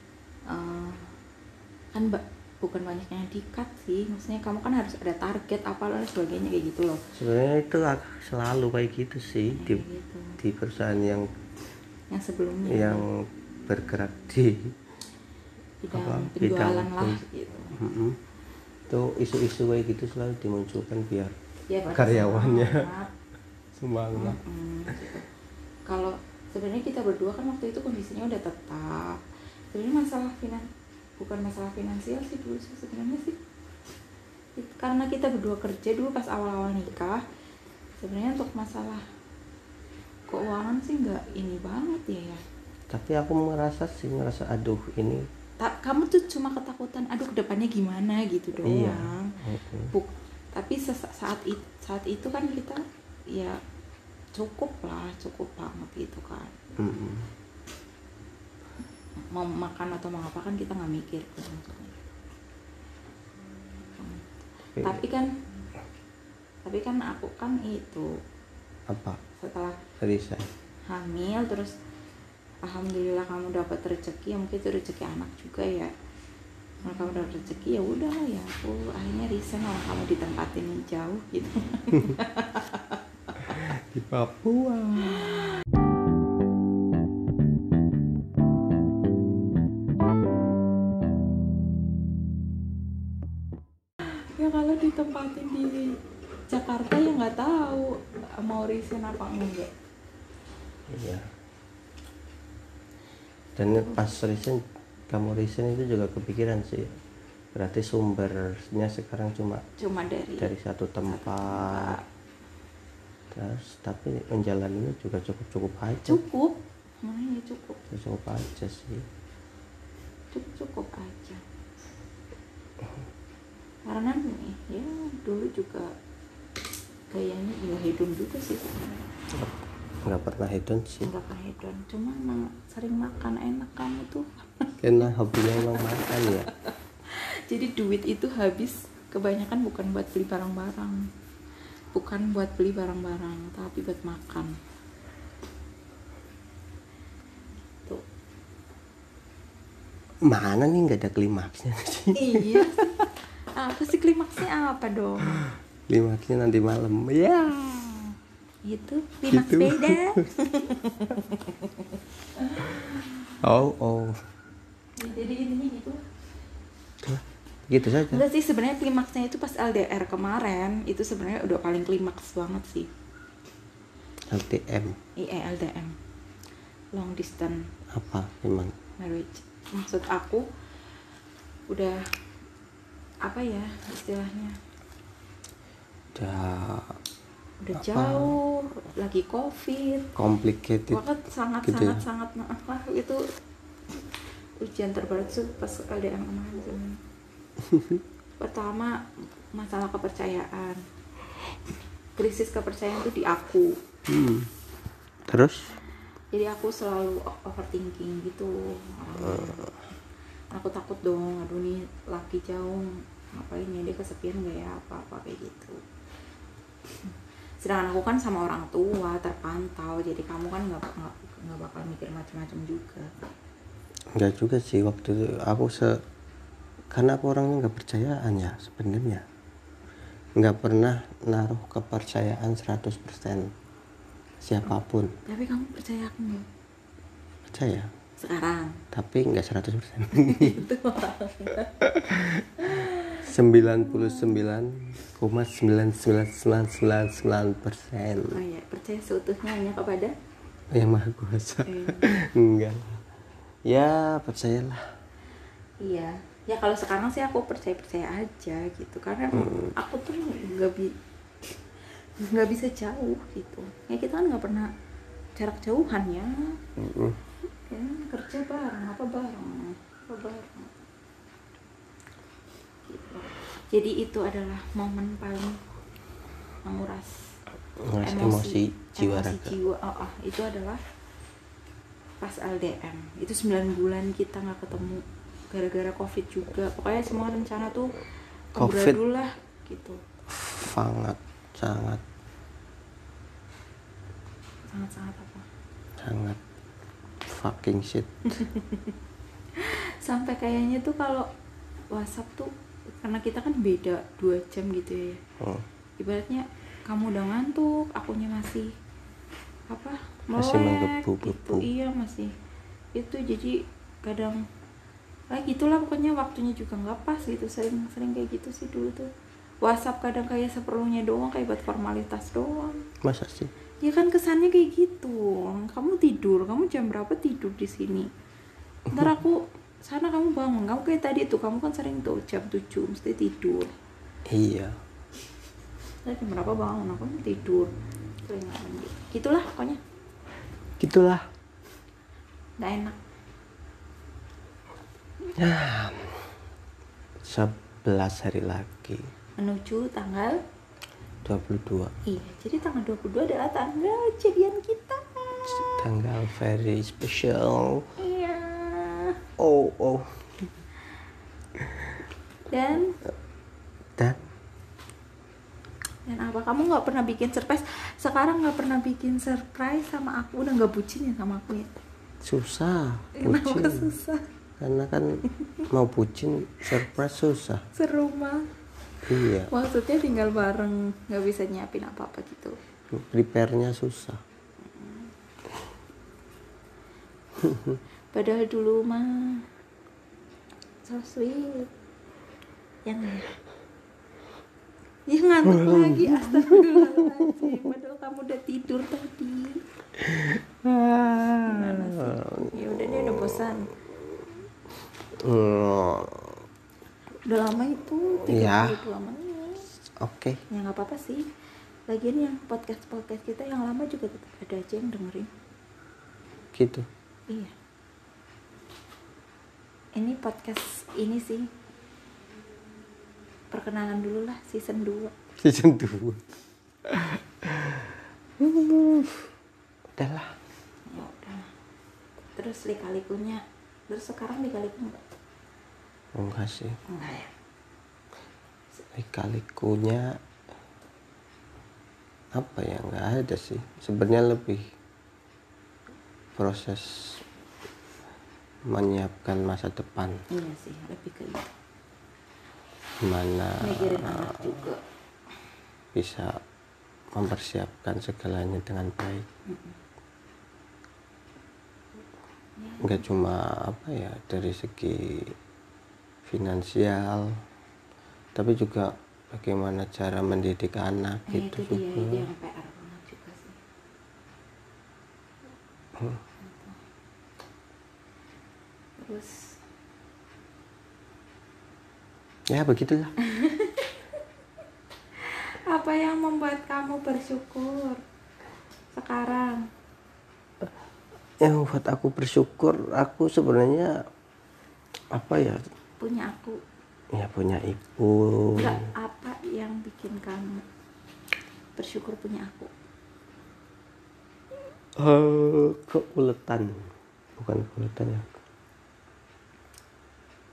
Speaker 1: kan bukan banyak yang di-cut sih, maksudnya kamu kan harus ada target apa dan sebagainya kayak gitu loh.
Speaker 2: Sebenarnya itu selalu kayak gitu sih
Speaker 1: Kayak gitu.
Speaker 2: di perusahaan yang
Speaker 1: Sebelumnya
Speaker 2: yang bergerak di
Speaker 1: bidang penjualan lah gitu.
Speaker 2: Itu isu-isu kayak gitu selalu dimunculkan biar
Speaker 1: Ya,
Speaker 2: karyawannya semangat.
Speaker 1: Gitu. Kalau sebenarnya kita berdua kan waktu itu kondisinya udah tetap. Sebenarnya bukan masalah finansial sih dulu sih sebenarnya sih. Karena kita berdua kerja dulu pas awal-awal nikah. Sebenarnya untuk masalah keuangan sih nggak ini banget ya. Tapi
Speaker 2: aku ngerasa aduh ini
Speaker 1: kamu tuh cuma ketakutan aduh kedepannya gimana gitu doang.
Speaker 2: Iya.
Speaker 1: Tapi saat itu kan kita ya cukup banget gitu kan. Mau makan atau mau apa kan kita nggak mikir kan. Tapi kan aku kan itu
Speaker 2: apa
Speaker 1: setelah
Speaker 2: resign
Speaker 1: hamil terus alhamdulillah kamu dapat rezeki, ya mungkin itu rezeki anak juga ya. Kalau kamu dapat rezeki ya udah ya aku akhirnya resign, orang kamu ditempatin jauh gitu.
Speaker 2: di Papua.
Speaker 1: Ya kalau ditempatin di Jakarta ya nggak tahu mau resign apa enggak.
Speaker 2: Iya. Dan pas kamu resign itu juga kepikiran sih, berarti sumbernya sekarang cuma dari satu tempat. Terus tapi menjalaninya juga cukup aja.
Speaker 1: Cukup
Speaker 2: aja sih.
Speaker 1: Cukup aja. Karena nih ya dulu juga kayaknya ya hedon juga sih sebenarnya.
Speaker 2: Nggak pernah hedon sih.
Speaker 1: Nggak pernah hedon, cuma emang sering makan enak kamu tuh.
Speaker 2: Karena hobinya emang makan ya.
Speaker 1: Jadi duit itu habis kebanyakan bukan buat beli barang-barang, tapi buat makan. Tuh.
Speaker 2: Mana nih nggak ada klimaksnya sih?
Speaker 1: Iya. Apa sih klimaksnya apa dong?
Speaker 2: Klimaksnya nanti malam. Ya.
Speaker 1: Itu klimaks
Speaker 2: Gitu.
Speaker 1: beda.
Speaker 2: Oh.
Speaker 1: Jadi intinya gitu.
Speaker 2: Gitu saja.
Speaker 1: Enggak sih, sebenarnya klimaksnya itu pas LDR kemarin itu sebenarnya udah paling klimaks banget sih.
Speaker 2: LDM.
Speaker 1: Iya, LDM. Long distance
Speaker 2: Apa emang?
Speaker 1: marriage. Maksud aku udah apa ya istilahnya? Udah jauh, lagi COVID.
Speaker 2: Complicated.
Speaker 1: Banget sangat itu ujian terberat tuh pas LDR kemarin sebenarnya. Pertama masalah kepercayaan, krisis kepercayaan tuh di aku.
Speaker 2: Terus?
Speaker 1: Jadi aku selalu overthinking gitu. Aku takut dong, aduh nih laki jauh ngapain ya, dia kesepian gak ya, apa kayak gitu. Sedangkan aku kan sama orang tua terpantau, jadi kamu kan nggak bakal mikir macam-macam juga.
Speaker 2: Enggak juga sih waktu itu karena aku orangnya nggak percayaan ya sebenarnya, nggak pernah naruh kepercayaan 100% siapapun.
Speaker 1: Tapi kamu percaya aku nggak?
Speaker 2: Percaya
Speaker 1: Sekarang
Speaker 2: tapi nggak 100%.
Speaker 1: itu
Speaker 2: 99,99999%.
Speaker 1: oh ya, percaya seutuhnya hanya kepada
Speaker 2: Yang Maha Kuasa. Enggak, ya percayalah.
Speaker 1: iya ya, kalau sekarang sih aku percaya aja gitu, karena aku tuh nggak bisa jauh gitu ya, kita kan nggak pernah jarak jauhan ya. Ya kerja bareng apa bareng gitu. Jadi itu adalah momen paling menguras
Speaker 2: emosi jiwa raga.
Speaker 1: Itu adalah pas LDM. Itu 9 bulan kita nggak ketemu gara-gara COVID juga. Pokoknya semua rencana tuh amburadul lah gitu.
Speaker 2: sangat
Speaker 1: apa?
Speaker 2: Sangat fucking shit.
Speaker 1: Sampai kayaknya tuh kalau WhatsApp tuh, karena kita kan beda 2 jam gitu ya. Ibaratnya kamu udah ngantuk, akunya masih
Speaker 2: masih
Speaker 1: melek
Speaker 2: menggebu-gebu
Speaker 1: gitu. Iya masih itu, jadi kadang gitulah pokoknya, waktunya juga nggak pas gitu. Sering kayak gitu sih dulu tuh. WhatsApp kadang kayak seperlunya doang, kayak buat formalitas doang.
Speaker 2: Masa sih?
Speaker 1: Ya kan kesannya kayak gitu. Kamu tidur, kamu jam berapa tidur di sini? Ntar aku sana kamu bangun. Kamu kayak tadi tuh, kamu kan sering tuh jam 7 mesti tidur.
Speaker 2: Iya.
Speaker 1: Nah, jam berapa bangun? Aku tidur. Gitulah pokoknya.
Speaker 2: Gitulah.
Speaker 1: Nggak enak.
Speaker 2: Ya. 11 hari lagi.
Speaker 1: Menuju tanggal
Speaker 2: 22.
Speaker 1: Iya, jadi tanggal 22 adalah tanggal jadian kita.
Speaker 2: Tanggal very special.
Speaker 1: Iya.
Speaker 2: Oh.
Speaker 1: Dan apa? Kamu nggak pernah bikin surprise? Sekarang nggak pernah bikin surprise sama aku, udah nggak bucin ya sama aku ya?
Speaker 2: Susah.
Speaker 1: Kenapa susah?
Speaker 2: Karena kan mau bucin surprise susah.
Speaker 1: Serumah.
Speaker 2: Iya.
Speaker 1: Maksudnya tinggal bareng, nggak bisa nyiapin apa-apa gitu.
Speaker 2: Prepare-nya susah.
Speaker 1: Padahal dulu mah so sweet. Yang ngantuk lagi, astagfirullahaladzim. Padahal kamu udah tidur tadi. Gimana sih? Ya udah deh, udah bosan. Udah lama itu 32 menit.
Speaker 2: Oke.
Speaker 1: Ya nggak apa-apa sih. Lagian yang podcast kita yang lama juga tetap ada aja yang dengerin.
Speaker 2: Gitu.
Speaker 1: Iya. Ini podcast ini sih perkenalan dulu lah, season 2.
Speaker 2: Season 2. Udahlah.
Speaker 1: Ya udah. Terus lika-likunya. Terus sekarang lika-liku enggak?
Speaker 2: Enggak sih.
Speaker 1: Enggak ya.
Speaker 2: Lika-likunya apa ya, nggak ada sih sebenarnya, lebih proses menyiapkan masa depan.
Speaker 1: Iya sih, lebih ke itu.
Speaker 2: Gimana
Speaker 1: Mikirin anak juga.
Speaker 2: bisa mempersiapkan segalanya dengan baik. Nggak cuma dari segi finansial, tapi juga bagaimana cara mendidik anak gitu
Speaker 1: itu
Speaker 2: juga.
Speaker 1: Itu yang PR banget juga sih. Terus
Speaker 2: Ya begitulah.
Speaker 1: apa yang membuat kamu bersyukur sekarang?
Speaker 2: Yang membuat aku bersyukur, aku sebenarnya
Speaker 1: Punya aku.
Speaker 2: Ya punya ibu.
Speaker 1: Enggak, apa yang bikin kamu bersyukur punya aku?
Speaker 2: Keuletan. Bukan keuletan ya.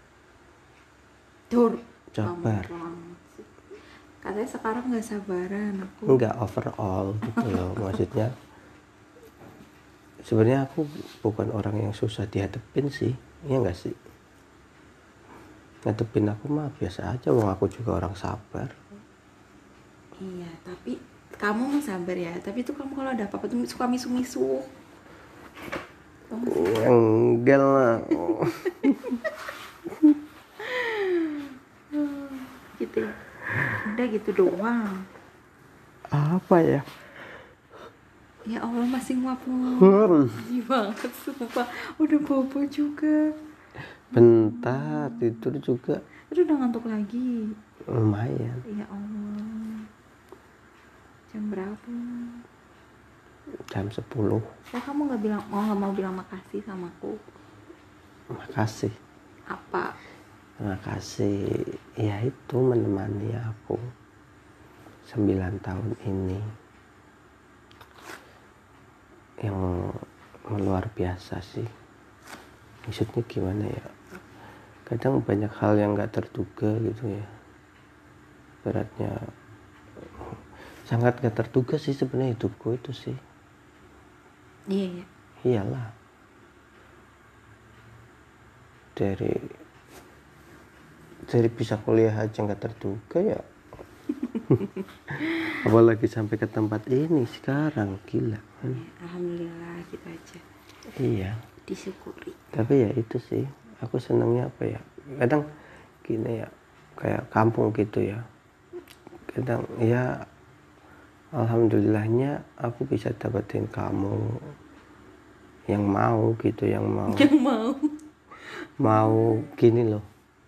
Speaker 1: Dur,
Speaker 2: sabar.
Speaker 1: Katanya sekarang nggak sabaran aku.
Speaker 2: Enggak overall gitu loh. Maksudnya sebenarnya aku bukan orang yang susah dihadepin sih, iya nggak sih? Ngadepin aku mah biasa aja, wong aku juga orang sabar.
Speaker 1: Iya, tapi kamu mah sabar ya. Tapi tuh kamu kalau ada apa-apa tuh suka misu-misu.
Speaker 2: Enggak lah.
Speaker 1: Gitu ya. Udah gitu doang.
Speaker 2: Apa ya?
Speaker 1: Ya Allah, masih nguap-nguap. Sedih banget sumpah. Udah bobo juga.
Speaker 2: Bentar, tidur juga
Speaker 1: Aduh, udah ngantuk lagi.
Speaker 2: lumayan.
Speaker 1: Ya Allah. Jam berapa?
Speaker 2: Jam 10.
Speaker 1: Kamu nggak mau bilang makasih sama aku?
Speaker 2: Makasih.
Speaker 1: Apa?
Speaker 2: Makasih ya itu menemani aku 9 tahun ini yang luar biasa sih. Maksudnya gimana ya, kadang banyak hal yang gak terduga gitu ya, beratnya sangat gak terduga sih sebenarnya hidupku itu sih.
Speaker 1: Iya.
Speaker 2: Iyalah, dari bisa kuliah aja gak terduga ya. Apalagi sampai ke tempat ini sekarang, gila kan?
Speaker 1: Alhamdulillah gitu aja.
Speaker 2: Iya.
Speaker 1: Disyukuri.
Speaker 2: Tapi ya itu sih, aku senangnya apa ya? Kadang gini ya, kayak kampung gitu ya. Kadang ya, alhamdulillahnya aku bisa dapetin kamu yang mau gitu, yang mau gini loh.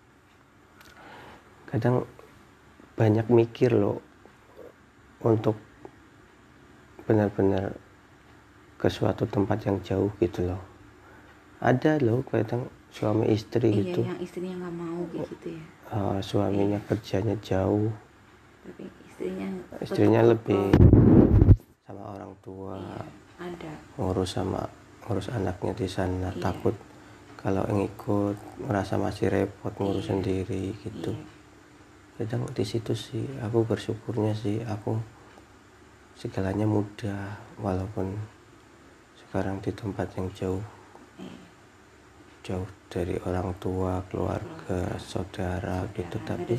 Speaker 2: Kadang banyak mikir loh untuk benar-benar ke suatu tempat yang jauh gitu loh. Ada loh kadang suami istri gitu.
Speaker 1: Iya, yang istrinya nggak mau kayak gitu ya.
Speaker 2: Suaminya kerjanya jauh,
Speaker 1: Tapi
Speaker 2: istrinya lebih sama orang tua.
Speaker 1: Iya, ada.
Speaker 2: ngurus anaknya di sana. Iya. Takut kalau ngikut merasa masih repot ngurus sendiri gitu. Kadang di situ sih aku bersyukurnya sih, aku segalanya mudah walaupun sekarang di tempat yang jauh dari orang tua, keluarga, saudara gitu, tapi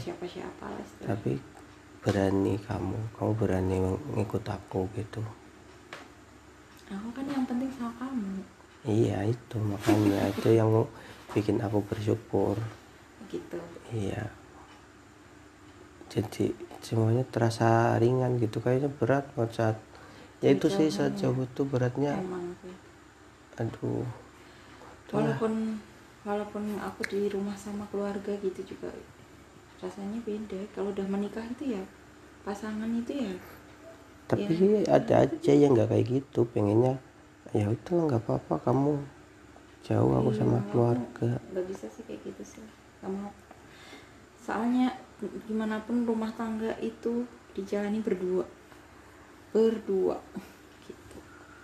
Speaker 2: berani kamu berani ngikut aku gitu.
Speaker 1: Aku kan yang penting sama kamu.
Speaker 2: Iya, itu makanya itu yang bikin aku bersyukur
Speaker 1: gitu.
Speaker 2: Iya, jadi semuanya terasa ringan gitu. Kayaknya berat banget saat ya itu sih, saat jauh itu beratnya.
Speaker 1: Emang sih.
Speaker 2: Aduh,
Speaker 1: walaupun aku di rumah sama keluarga gitu juga rasanya beda. Kalau udah menikah itu ya pasangan itu ya,
Speaker 2: tapi ya, ada aja yang nggak kayak gitu, pengennya ya udah nggak apa-apa kamu jauh, aku sama keluarga.
Speaker 1: Nggak bisa sih kayak gitu sih, nggak mau. Soalnya gimana pun rumah tangga itu dijalani berdua gitu.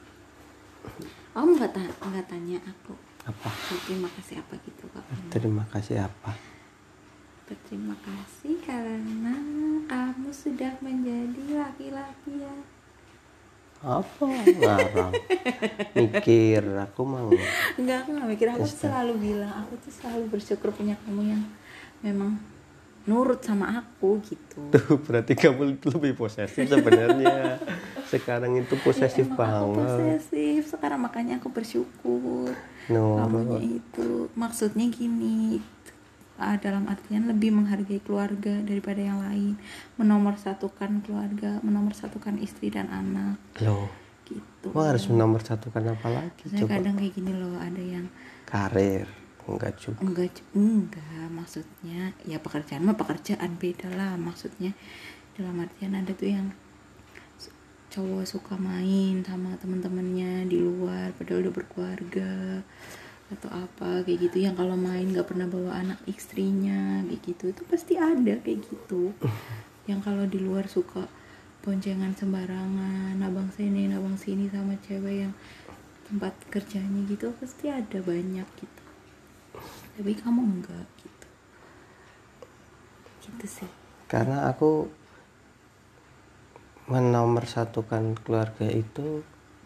Speaker 1: Nggak tanya aku
Speaker 2: Apa?
Speaker 1: terima kasih apa gitu Kak?
Speaker 2: Terima kasih apa?
Speaker 1: Berterima kasih karena kamu sudah menjadi laki-laki ya.
Speaker 2: Apa ngarang? Mikir aku mau.
Speaker 1: Enggak mikir. Aku selalu bilang aku tuh selalu bersyukur punya kamu yang memang nurut sama aku gitu.
Speaker 2: Tuh berarti kamu lebih posesif sebenarnya. Sekarang itu posesif
Speaker 1: ya,
Speaker 2: banget.
Speaker 1: Aku posesif sekarang, makanya aku bersyukur. Kamunya itu maksudnya gini, dalam artian lebih menghargai keluarga daripada yang lain, menomorsatukan keluarga, menomorsatukan istri dan anak.
Speaker 2: Loh,
Speaker 1: gitu.
Speaker 2: Harus menomorsatukan apa lagi?
Speaker 1: Coba. Kadang kayak gini loh, ada yang
Speaker 2: karir. Enggak juga.
Speaker 1: Enggak, maksudnya ya pekerjaan mah pekerjaan, beda lah. Maksudnya dalam artian ada tuh yang cowok suka main sama teman-temannya di luar padahal udah berkeluarga atau apa kayak gitu, yang kalau main nggak pernah bawa anak istrinya kayak gitu. Itu pasti ada kayak gitu yang kalau di luar suka boncengan sembarangan, nabang sini sama cewek yang tempat kerjanya gitu, pasti ada banyak gitu. Tapi kamu enggak gitu. Gitu sih.
Speaker 2: Karena aku menomorsatukan keluarga itu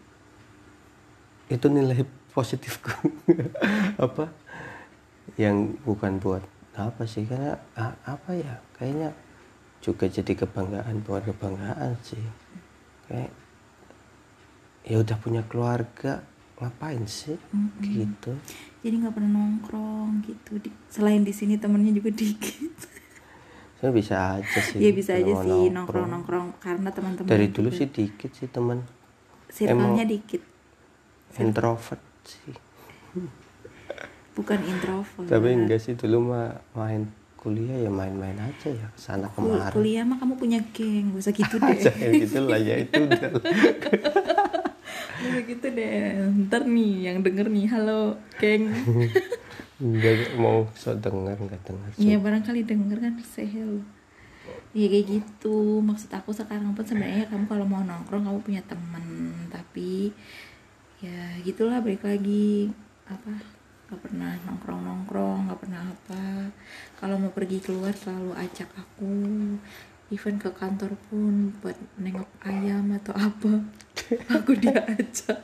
Speaker 2: nilai positifku. Apa yang bukan buat apa sih, karena apa ya, kayaknya juga jadi kebanggaan, bukan kebanggaan sih, kayak ya udah punya keluarga ngapain sih gitu.
Speaker 1: Jadi nggak pernah nongkrong gitu. Selain di sini temennya juga dikit.
Speaker 2: Saya bisa aja sih.
Speaker 1: Ya bisa aja
Speaker 2: kalau mau
Speaker 1: sih nongkrong karena teman-teman
Speaker 2: dari dulu
Speaker 1: juga
Speaker 2: sih dikit sih teman,
Speaker 1: circle-nya dikit.
Speaker 2: introvert sih.
Speaker 1: Bukan introvert.
Speaker 2: Tapi enggak sih, dulu mah main kuliah ya main-main aja ya, kesana kemari.
Speaker 1: Kuliah mah kamu punya geng, gak usah gitu deh.
Speaker 2: Jangan gitu lah ya, itu udah.
Speaker 1: Gak usah gitu deh. Ntar nih yang denger nih, halo geng.
Speaker 2: Enggak mau sok denger, enggak denger.
Speaker 1: Iya barangkali denger kan, say hello. Ya kayak gitu. Maksud aku sekarang pun sebenarnya kamu kalau mau nongkrong kamu punya teman, tapi ya gitulah, balik lagi apa, gak pernah nongkrong, gak pernah apa. Kalau mau pergi keluar selalu ajak aku, even ke kantor pun buat nengok ayam atau apa, aku dia ajak.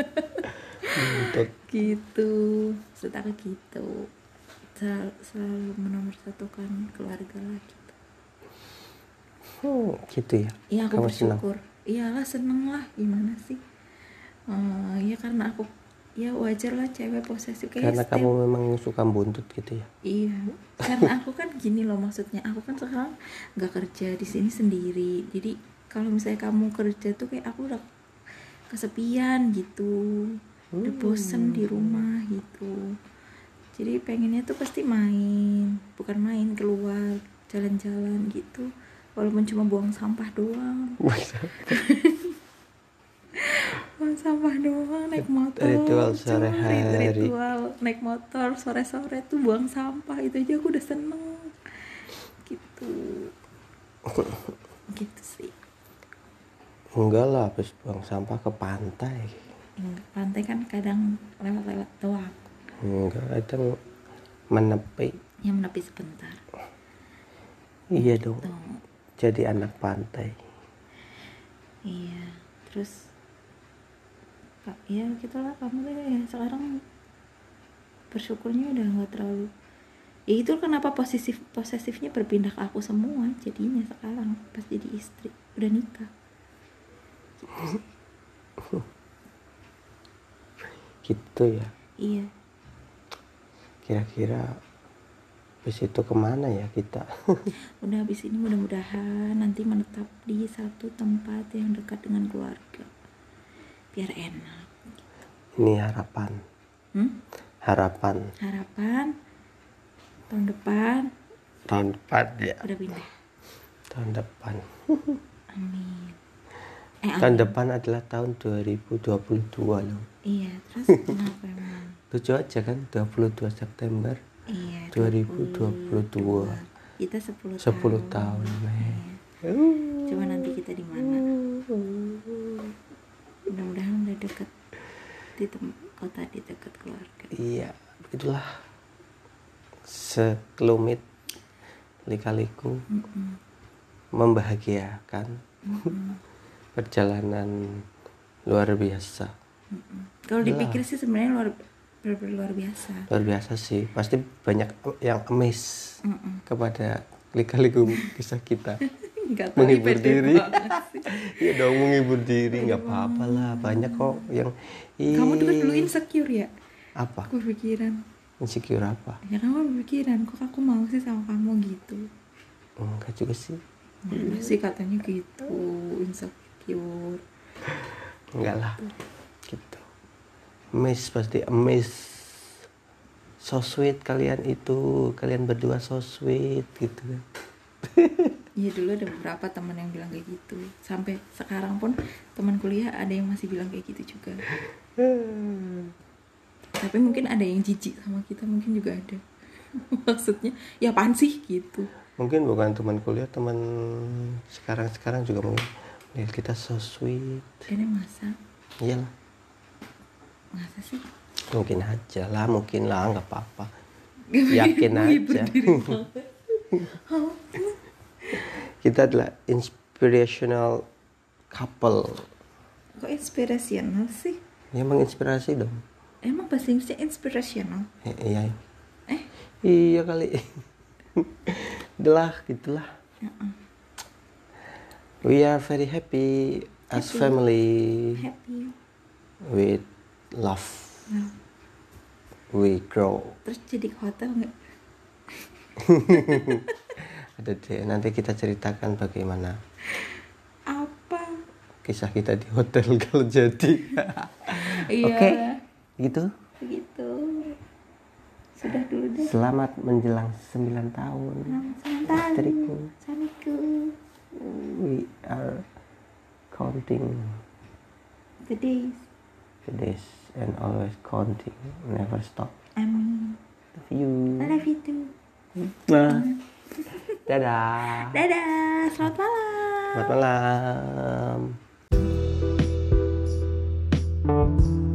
Speaker 1: Gitu, setelah gitu selalu menomorsatukan keluarga lah gitu.
Speaker 2: Gitu ya.
Speaker 1: Iya aku
Speaker 2: Kamu
Speaker 1: bersyukur. Iyalah seneng lah, gimana sih? Ya karena aku, ya wajar lah cewek posesif kayak
Speaker 2: karena kamu memang suka buntut gitu ya.
Speaker 1: Iya, karena aku kan gini loh, maksudnya aku kan sekarang nggak kerja di sini sendiri, jadi kalau misalnya kamu kerja tuh kayak aku udah kesepian gitu, udah bosen di rumah gitu. Jadi pengennya tuh pasti main, bukan main, keluar jalan-jalan gitu, walaupun cuma buang sampah doang. Buang sampah doang, naik motor,
Speaker 2: ritual sehari-hari.
Speaker 1: ritual naik motor sore-sore tuh buang sampah, itu aja aku udah seneng gitu. Gitu sih.
Speaker 2: Enggak lah, habis buang sampah ke pantai.
Speaker 1: Pantai kan kadang lewat-lewat doang.
Speaker 2: Enggak, kadang menepi.
Speaker 1: Ya menepi sebentar.
Speaker 2: Iya dong.
Speaker 1: Tuh.
Speaker 2: Jadi anak pantai.
Speaker 1: Iya, terus ya gitulah kamu deh ya, sekarang bersyukurnya udah nggak terlalu, ya itu kenapa posesifnya berpindah ke aku semua jadinya sekarang pas jadi istri udah nikah
Speaker 2: gitu ya.
Speaker 1: iya.
Speaker 2: Kira-kira habis itu kemana ya kita?
Speaker 1: Udah habis ini mudah-mudahan nanti menetap di satu tempat yang dekat dengan keluarga biar enak.
Speaker 2: Ini harapan. Harapan
Speaker 1: tahun depan
Speaker 2: ya.
Speaker 1: udah pindah.
Speaker 2: Tahun depan.
Speaker 1: Amin.
Speaker 2: Tahun depan adalah tahun 2022 loh.
Speaker 1: Iya, terus kenapa emang?
Speaker 2: Lucu aja kan, 22 September.
Speaker 1: Iya,
Speaker 2: 2022.
Speaker 1: Kita 10
Speaker 2: tahun.
Speaker 1: Iya. Coba nanti kita di mana? Mudah-mudahan udah deket di kota, di dekat keluarga.
Speaker 2: Iya, begitulah sekelumit lika-liku membahagiakan. Perjalanan luar biasa.
Speaker 1: Kalau dipikir sih sebenarnya luar biasa.
Speaker 2: Luar biasa sih, pasti banyak yang amazed kepada lika-liku kisah kita. Menghibur diri. Iya dong, menghibur diri, nggak apa-apa lah, banyak kok yang.
Speaker 1: Kamu tuh kan dulu insecure ya?
Speaker 2: Apa?
Speaker 1: Aku berpikiran.
Speaker 2: Insecure apa?
Speaker 1: Ya kamu berpikiran, kok aku mau sih sama kamu gitu?
Speaker 2: Enggak juga sih.
Speaker 1: Mana sih katanya gitu, insecure.
Speaker 2: Enggak lah, gitu. Amazed, pasti amazed. So sweet kalian berdua so sweet gitu kan.
Speaker 1: Iya dulu ada beberapa teman yang bilang kayak gitu. Sampai sekarang pun teman kuliah ada yang masih bilang kayak gitu juga. Tapi mungkin ada yang jijik sama kita, mungkin juga ada. Maksudnya, ya apaan sih gitu.
Speaker 2: Mungkin bukan teman kuliah, teman sekarang juga mungkin lihat kita so sweet.
Speaker 1: Ini masa?
Speaker 2: Iyalah.
Speaker 1: Masa sih?
Speaker 2: Mungkin aja lah, mungkin lah, nggak apa-apa. Yakin aja. Kita adalah inspirational couple.
Speaker 1: Kok inspirational sih?
Speaker 2: Ya menginspirasi dong.
Speaker 1: Emang bahasa Inggrisnya inspirational?
Speaker 2: Iya.
Speaker 1: Eh?
Speaker 2: Iya kali. Itulah, gitulah. We are very happy as
Speaker 1: Happy.
Speaker 2: family
Speaker 1: Happy.
Speaker 2: with love.
Speaker 1: Nah,
Speaker 2: We grow.
Speaker 1: terus jadi ke hotel nggak?
Speaker 2: Ada deh. Nanti kita ceritakan bagaimana
Speaker 1: Apa?
Speaker 2: kisah kita di hotel kalau jadi.
Speaker 1: Iya.
Speaker 2: Oke, gitu.
Speaker 1: Begitu. Sudah dulu deh.
Speaker 2: Selamat menjelang 9 tahun.
Speaker 1: Selamat
Speaker 2: Istriku.
Speaker 1: suamiku.
Speaker 2: We are counting
Speaker 1: The days.
Speaker 2: the days and always counting, never stop.
Speaker 1: Amin.
Speaker 2: Love you.
Speaker 1: I love you too.
Speaker 2: Nah. Dadah.
Speaker 1: Dadah. Selamat malam.
Speaker 2: Selamat malam.